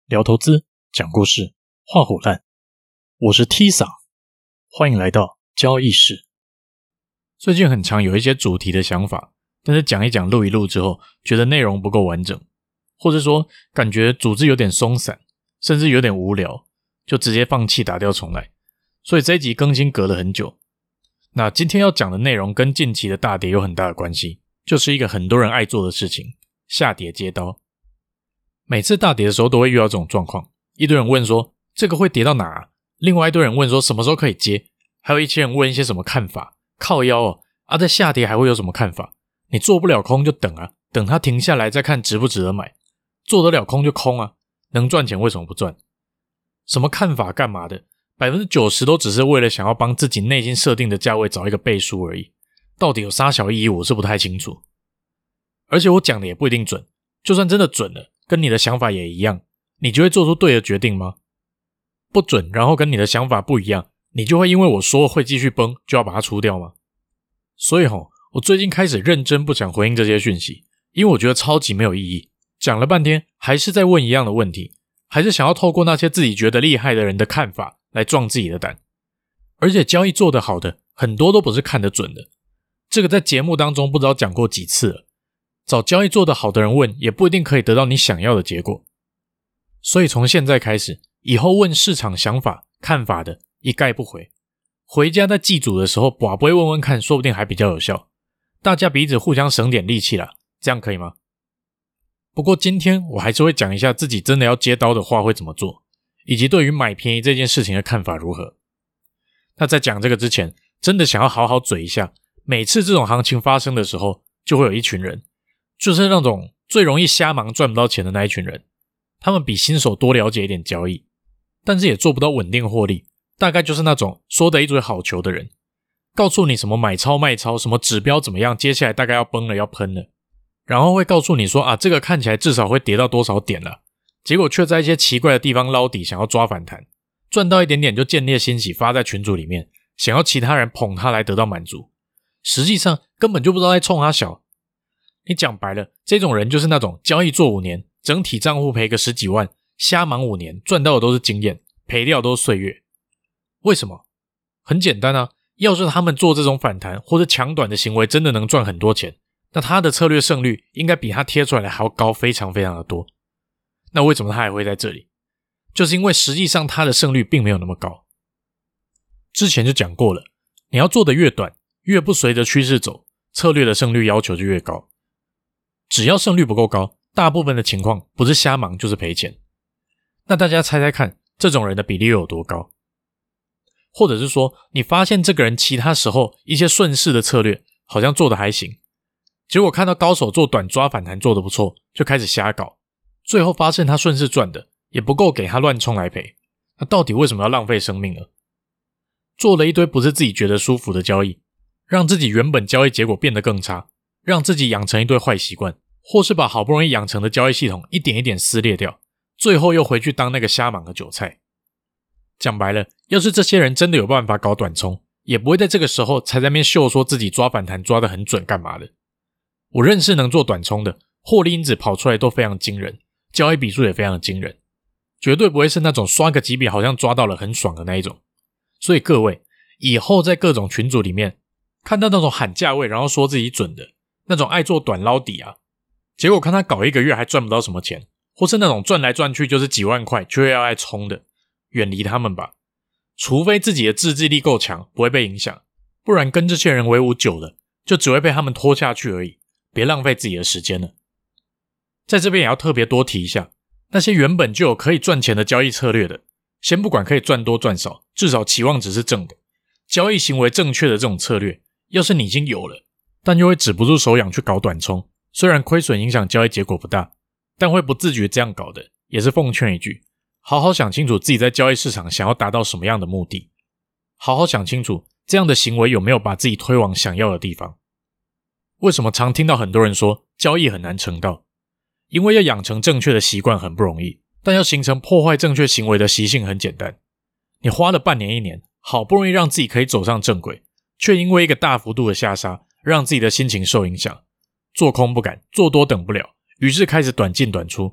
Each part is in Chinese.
聊投资，讲故事，画虎烂。我是 T 桑，欢迎来到交易室。最近很常有一些主题的想法，但是讲一讲录一录之后，觉得内容不够完整，或者说感觉组织有点松散，甚至有点无聊，就直接放弃打掉重来。所以这一集更新隔了很久。那今天要讲的内容跟近期的大跌有很大的关系，就是一个很多人爱做的事情，下跌接刀。每次大跌的时候都会遇到这种状况，一堆人问说这个会跌到哪啊？另外一堆人问说什么时候可以接，还有一些人问一些什么看法，靠腰哦，在下跌还会有什么看法？你做不了空就等啊，等它停下来再看值不值得买，做得了空就空啊，能赚钱为什么不赚？什么看法干嘛的 90% 都只是为了想要帮自己内心设定的价位找一个倍数而已，到底有啥小意义我是不太清楚。而且我讲的也不一定准，就算真的准了，跟你的想法也一样，你就会做出对的决定吗？不准，然后跟你的想法不一样，你就会因为我说会继续崩就要把它出掉吗？所以我最近开始认真不想回应这些讯息，因为我觉得超级没有意义，讲了半天还是在问一样的问题，还是想要透过那些自己觉得厉害的人的看法来壮自己的胆。而且交易做得好的很多都不是看得准的，这个在节目当中不知道讲过几次了，找交易做得好的人问也不一定可以得到你想要的结果。所以从现在开始，以后问市场想法看法的一概不回，回家在祭祖的时候拔杯问问看，说不定还比较有效，大家彼此互相省点力气啦，这样可以吗？不过今天我还是会讲一下自己真的要接刀的话会怎么做，以及对于买便宜这件事情的看法如何。那在讲这个之前，真的想要好好嘴一下，每次这种行情发生的时候，就会有一群人，就是那种最容易瞎忙赚不到钱的那一群人，他们比新手多了解一点交易，但是也做不到稳定获利，大概就是那种说的一嘴好球的人，告诉你什么买超卖超，什么指标怎么样，接下来大概要崩了要喷了，然后会告诉你说这个看起来至少会跌到多少点了，结果却在一些奇怪的地方捞底，想要抓反弹，赚到一点点就见猎欣喜发在群组里面，想要其他人捧他来得到满足，实际上根本就不知道在冲他小。你讲白了，这种人就是那种交易做5年，整体账户赔个10几万，瞎忙5年，赚到的都是经验，赔掉都是岁月。为什么？很简单啊，要是他们做这种反弹或者抢短的行为真的能赚很多钱，那他的策略胜率应该比他贴出来的还要高非常非常的多。那为什么他还会在这里？就是因为实际上他的胜率并没有那么高。之前就讲过了，你要做的越短，越不随着趋势走，策略的胜率要求就越高。只要胜率不够高，大部分的情况不是瞎忙就是赔钱。那大家猜猜看，这种人的比例又有多高？或者是说，你发现这个人其他时候一些顺势的策略好像做得还行，结果看到高手做短抓反弹做得不错，就开始瞎搞，最后发现他顺势赚的也不够给他乱冲来赔，那到底为什么要浪费生命呢？做了一堆不是自己觉得舒服的交易，让自己原本交易结果变得更差，让自己养成一堆坏习惯，或是把好不容易养成的交易系统一点一点撕裂掉，最后又回去当那个瞎忙的韭菜。讲白了，要是这些人真的有办法搞短冲，也不会在这个时候才在那边秀说自己抓反弹抓得很准干嘛的。我认识能做短冲的，获利因子跑出来都非常惊人，交易笔数也非常的惊人，绝对不会是那种刷个几笔好像抓到了很爽的那一种。所以各位，以后在各种群组里面看到那种喊价位然后说自己准的，那种爱做短捞底结果看他搞1个月还赚不到什么钱，或是那种赚来赚去就是几万块却要爱冲的，远离他们吧。除非自己的自制力够强，不会被影响，不然跟这些人为伍久了，就只会被他们拖下去而已，别浪费自己的时间了。在这边也要特别多提一下，那些原本就有可以赚钱的交易策略的，先不管可以赚多赚少，至少期望值是正的，交易行为正确的这种策略，要是你已经有了，但又会止不住手痒去搞短冲，虽然亏损影响交易结果不大，但会不自觉这样搞的，也是奉劝一句，好好想清楚自己在交易市场想要达到什么样的目的，好好想清楚这样的行为有没有把自己推往想要的地方。为什么常听到很多人说交易很难成道？因为要养成正确的习惯很不容易，但要形成破坏正确行为的习性很简单。你花了半年1年，好不容易让自己可以走上正轨，却因为一个大幅度的下杀，让自己的心情受影响，做空不敢，做多等不了，于是开始短进短出，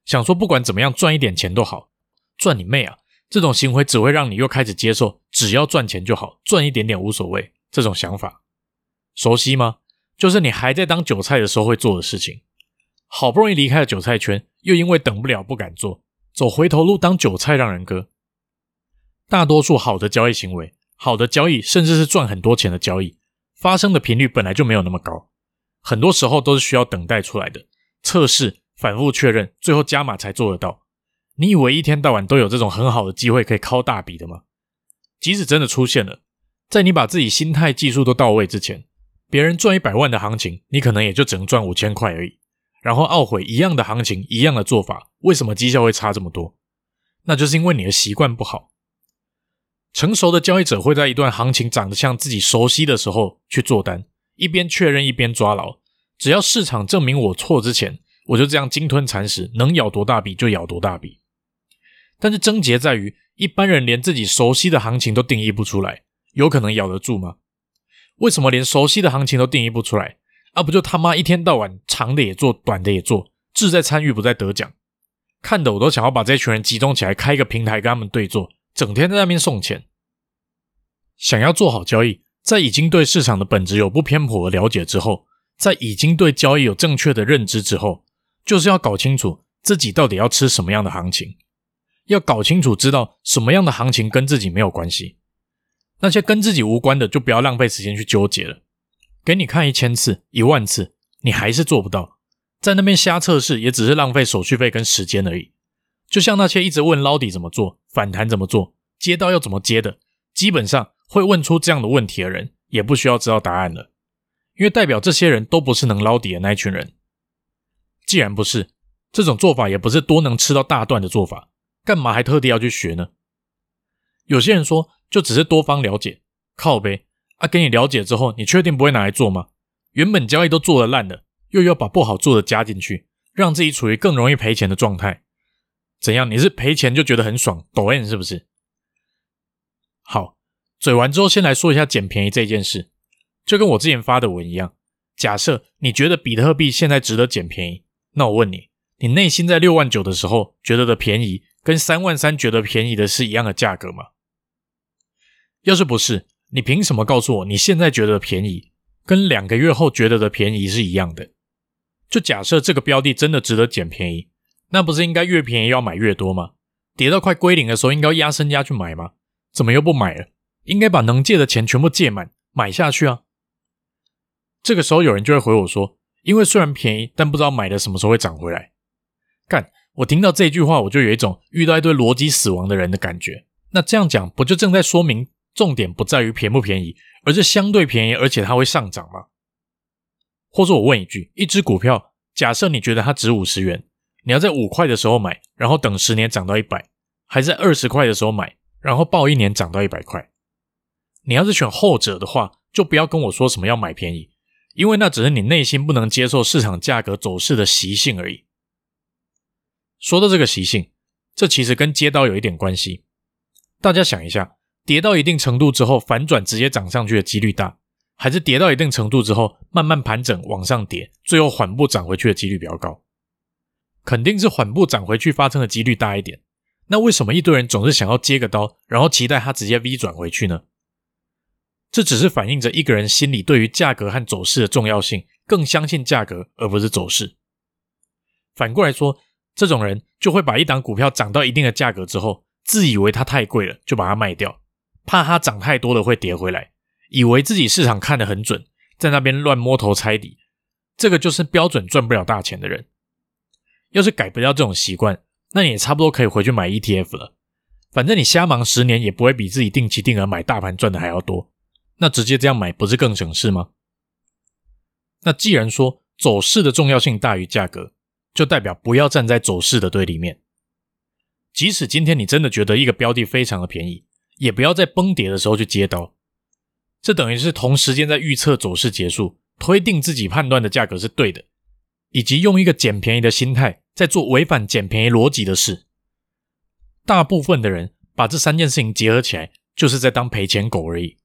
想说不管怎么样赚一点钱都好。赚你妹啊！这种行为只会让你又开始接受只要赚钱就好，赚一点点无所谓这种想法。熟悉吗？就是你还在当韭菜的时候会做的事情。好不容易离开了韭菜圈，又因为等不了不敢做，走回头路当韭菜让人割。大多数好的交易行为，好的交易甚至是赚很多钱的交易，发生的频率本来就没有那么高，很多时候都是需要等待出来的，测试、反复确认，最后加码才做得到。你以为一天到晚都有这种很好的机会可以靠大笔的吗？即使真的出现了，在你把自己心态技术都到位之前，别人赚100万的行情，你可能也就只能赚5000块而已，然后懊悔一样的行情，一样的做法，为什么绩效会差这么多？那就是因为你的习惯不好。成熟的交易者会在一段行情长得像自己熟悉的时候去做单，一边确认一边抓牢，只要市场证明我错之前，我就这样鲸吞蚕食，能咬多大笔就咬多大笔。但是症结在于，一般人连自己熟悉的行情都定义不出来，有可能咬得住吗？为什么连熟悉的行情都定义不出来？不就他妈一天到晚长的也做，短的也做，志在参与不在得奖。看得我都想要把这群人集中起来，开一个平台跟他们对做，整天在那边送钱。想要做好交易，在已经对市场的本质有不偏颇的了解之后，在已经对交易有正确的认知之后，就是要搞清楚自己到底要吃什么样的行情，要搞清楚知道什么样的行情跟自己没有关系，那些跟自己无关的就不要浪费时间去纠结了。给你看1000次、10000次，你还是做不到，在那边瞎测试也只是浪费手续费跟时间而已。就像那些一直问捞底怎么做、反弹怎么做、接到要怎么接的，基本上会问出这样的问题的人，也不需要知道答案了，因为代表这些人都不是能捞底的那一群人。既然不是，这种做法也不是多能吃到大段的做法，干嘛还特地要去学呢？有些人说，就只是多方了解，靠呗。给你了解之后，你确定不会拿来做吗？原本交易都做得烂了，又要把不好做的加进去，让自己处于更容易赔钱的状态。怎样？你是赔钱就觉得很爽，抖 M 是不是？好，嘴完之后先来说一下捡便宜这件事。就跟我之前发的文一样，假设你觉得比特币现在值得捡便宜，那我问你，你内心在69000的时候觉得的便宜，跟33000觉得便宜的是一样的价格吗？要是不是，你凭什么告诉我你现在觉得的便宜跟2个月后觉得的便宜是一样的？就假设这个标的真的值得捡便宜，那不是应该越便宜要买越多吗？跌到快归零的时候应该要压身家去买吗？怎么又不买了？应该把能借的钱全部借满，买下去啊。这个时候有人就会回我说，因为虽然便宜，但不知道买的什么时候会涨回来。干，我听到这句话我就有一种遇到一堆逻辑死亡的人的感觉。那这样讲不就正在说明重点不在于便不便宜，而是相对便宜而且它会上涨吗？或者我问一句，一只股票假设你觉得它值50元，你要在5块的时候买，然后等10年涨到100，还是在20块的时候买，然后抱1年涨到100块？你要是选后者的话，就不要跟我说什么要买便宜，因为那只是你内心不能接受市场价格走势的习性而已。说到这个习性，这其实跟接刀有一点关系。大家想一下，跌到一定程度之后反转直接涨上去的几率大，还是跌到一定程度之后慢慢盘整往上跌，最后缓步涨回去的几率比较高？肯定是缓步涨回去发生的几率大一点。那为什么一堆人总是想要接个刀，然后期待它直接 V 转回去呢？这只是反映着一个人心里对于价格和走势的重要性，更相信价格而不是走势。反过来说，这种人就会把一档股票涨到一定的价格之后，自以为它太贵了，就把它卖掉，怕它涨太多了会跌回来，以为自己市场看得很准，在那边乱摸头猜底。这个就是标准赚不了大钱的人。要是改不掉这种习惯，那你也差不多可以回去买 ETF 了。反正你瞎忙10年也不会比自己定期定额买大盘赚的还要多，那直接这样买不是更省事吗？那既然说走势的重要性大于价格，就代表不要站在走势的对立面。即使今天你真的觉得一个标的非常的便宜，也不要在崩跌的时候去接刀。这等于是同时间在预测走势结束，推定自己判断的价格是对的，以及用一个捡便宜的心态在做违反捡便宜逻辑的事。大部分的人把这3件事情结合起来，就是在当赔钱狗而已。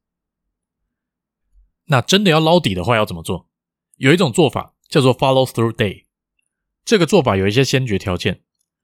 那真的要捞底的话要怎么做？有一种做法叫做 follow through day。这个做法有一些先决条件。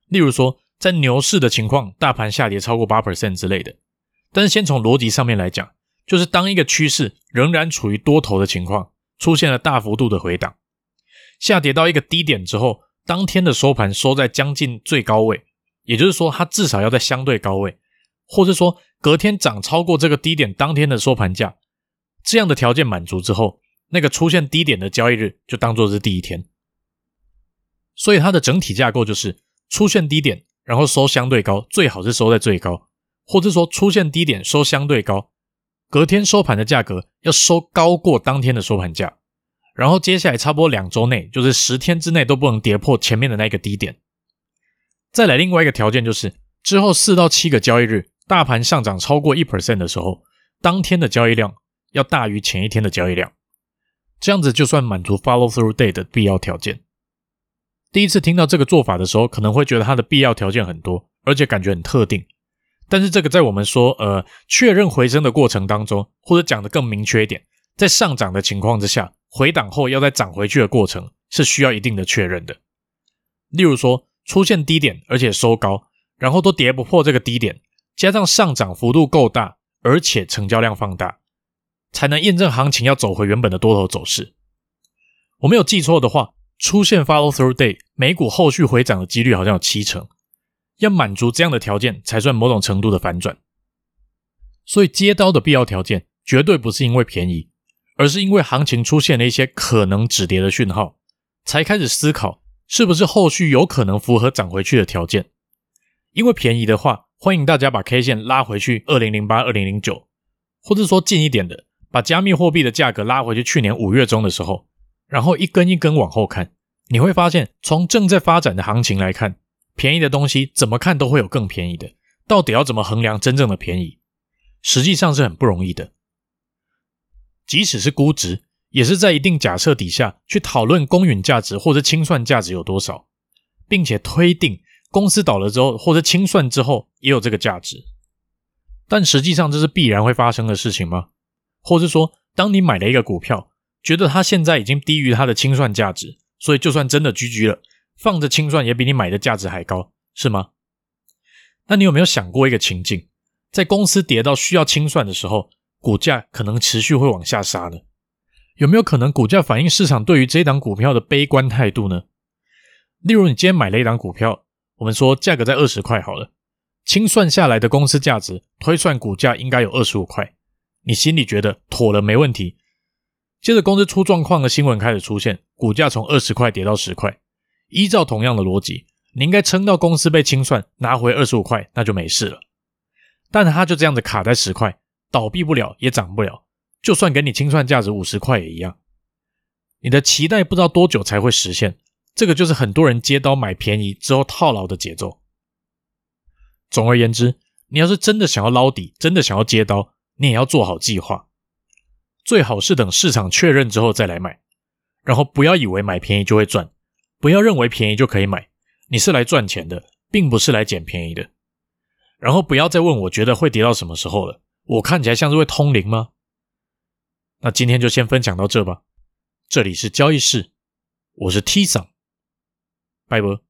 例如说在牛市的情况，大盘下跌超过 8% 之类的。但是先从逻辑上面来讲，就是当一个趋势仍然处于多头的情况，出现了大幅度的回档，下跌到一个低点之后，当天的收盘收在将近最高位，也就是说它至少要在相对高位，或者说隔天涨超过这个低点当天的收盘价，这样的条件满足之后，那个出现低点的交易日就当作是第一天。所以它的整体架构就是出现低点，然后收相对高，最好是收在最高，或者说出现低点收相对高，隔天收盘的价格要收高过当天的收盘价，然后接下来差不多2周内，就是10天之内都不能跌破前面的那个低点。再来另外一个条件就是之后4到7个交易日，大盘上涨超过 1% 的时候，当天的交易量要大于前一天的交易量，这样子就算满足 follow through day 的必要条件。第一次听到这个做法的时候，可能会觉得它的必要条件很多，而且感觉很特定。但是这个在我们说确认回升的过程当中，或者讲得更明确一点，在上涨的情况之下，回档后要再涨回去的过程是需要一定的确认的。例如说出现低点而且收高，然后都跌不破这个低点，加上上涨幅度够大，而且成交量放大，才能验证行情要走回原本的多头走势。我没有记错的话，出现 follow through day， 美股后续回涨的几率好像有70%，要满足这样的条件才算某种程度的反转。所以接刀的必要条件绝对不是因为便宜，而是因为行情出现了一些可能止跌的讯号，才开始思考是不是后续有可能符合涨回去的条件。因为便宜的话，欢迎大家把 K 线拉回去2008、2009，或者说近一点的，把加密货币的价格拉回去去年5月中的时候，然后一根一根往后看，你会发现从正在发展的行情来看，便宜的东西怎么看都会有更便宜的，到底要怎么衡量真正的便宜，实际上是很不容易的。即使是估值，也是在一定假设底下去讨论公允价值或者清算价值有多少，并且推定公司倒了之后或者清算之后也有这个价值。但实际上这是必然会发生的事情吗？或是说当你买了一个股票，觉得它现在已经低于它的清算价值，所以就算真的 GG 了，放着清算也比你买的价值还高，是吗？那你有没有想过一个情境，在公司跌到需要清算的时候，股价可能持续会往下杀呢？有没有可能股价反映市场对于这一档股票的悲观态度呢？例如你今天买了一档股票，我们说价格在20块好了，清算下来的公司价值推算股价应该有25块，你心里觉得妥了没问题。接着公司出状况的新闻开始出现，股价从20块跌到10块，依照同样的逻辑，你应该撑到公司被清算拿回25块，那就没事了。但它就这样子卡在10块，倒闭不了也涨不了，就算给你清算价值50块也一样。你的期待不知道多久才会实现，这个就是很多人接刀买便宜之后套牢的节奏。总而言之，你要是真的想要捞底，真的想要接刀，你也要做好计划。最好是等市场确认之后再来买，然后不要以为买便宜就会赚，不要认为便宜就可以买，你是来赚钱的，并不是来捡便宜的。然后不要再问我觉得会跌到什么时候了，我看起来像是会通灵吗？那今天就先分享到这吧。这里是交易室，我是 T 桑，拜拜。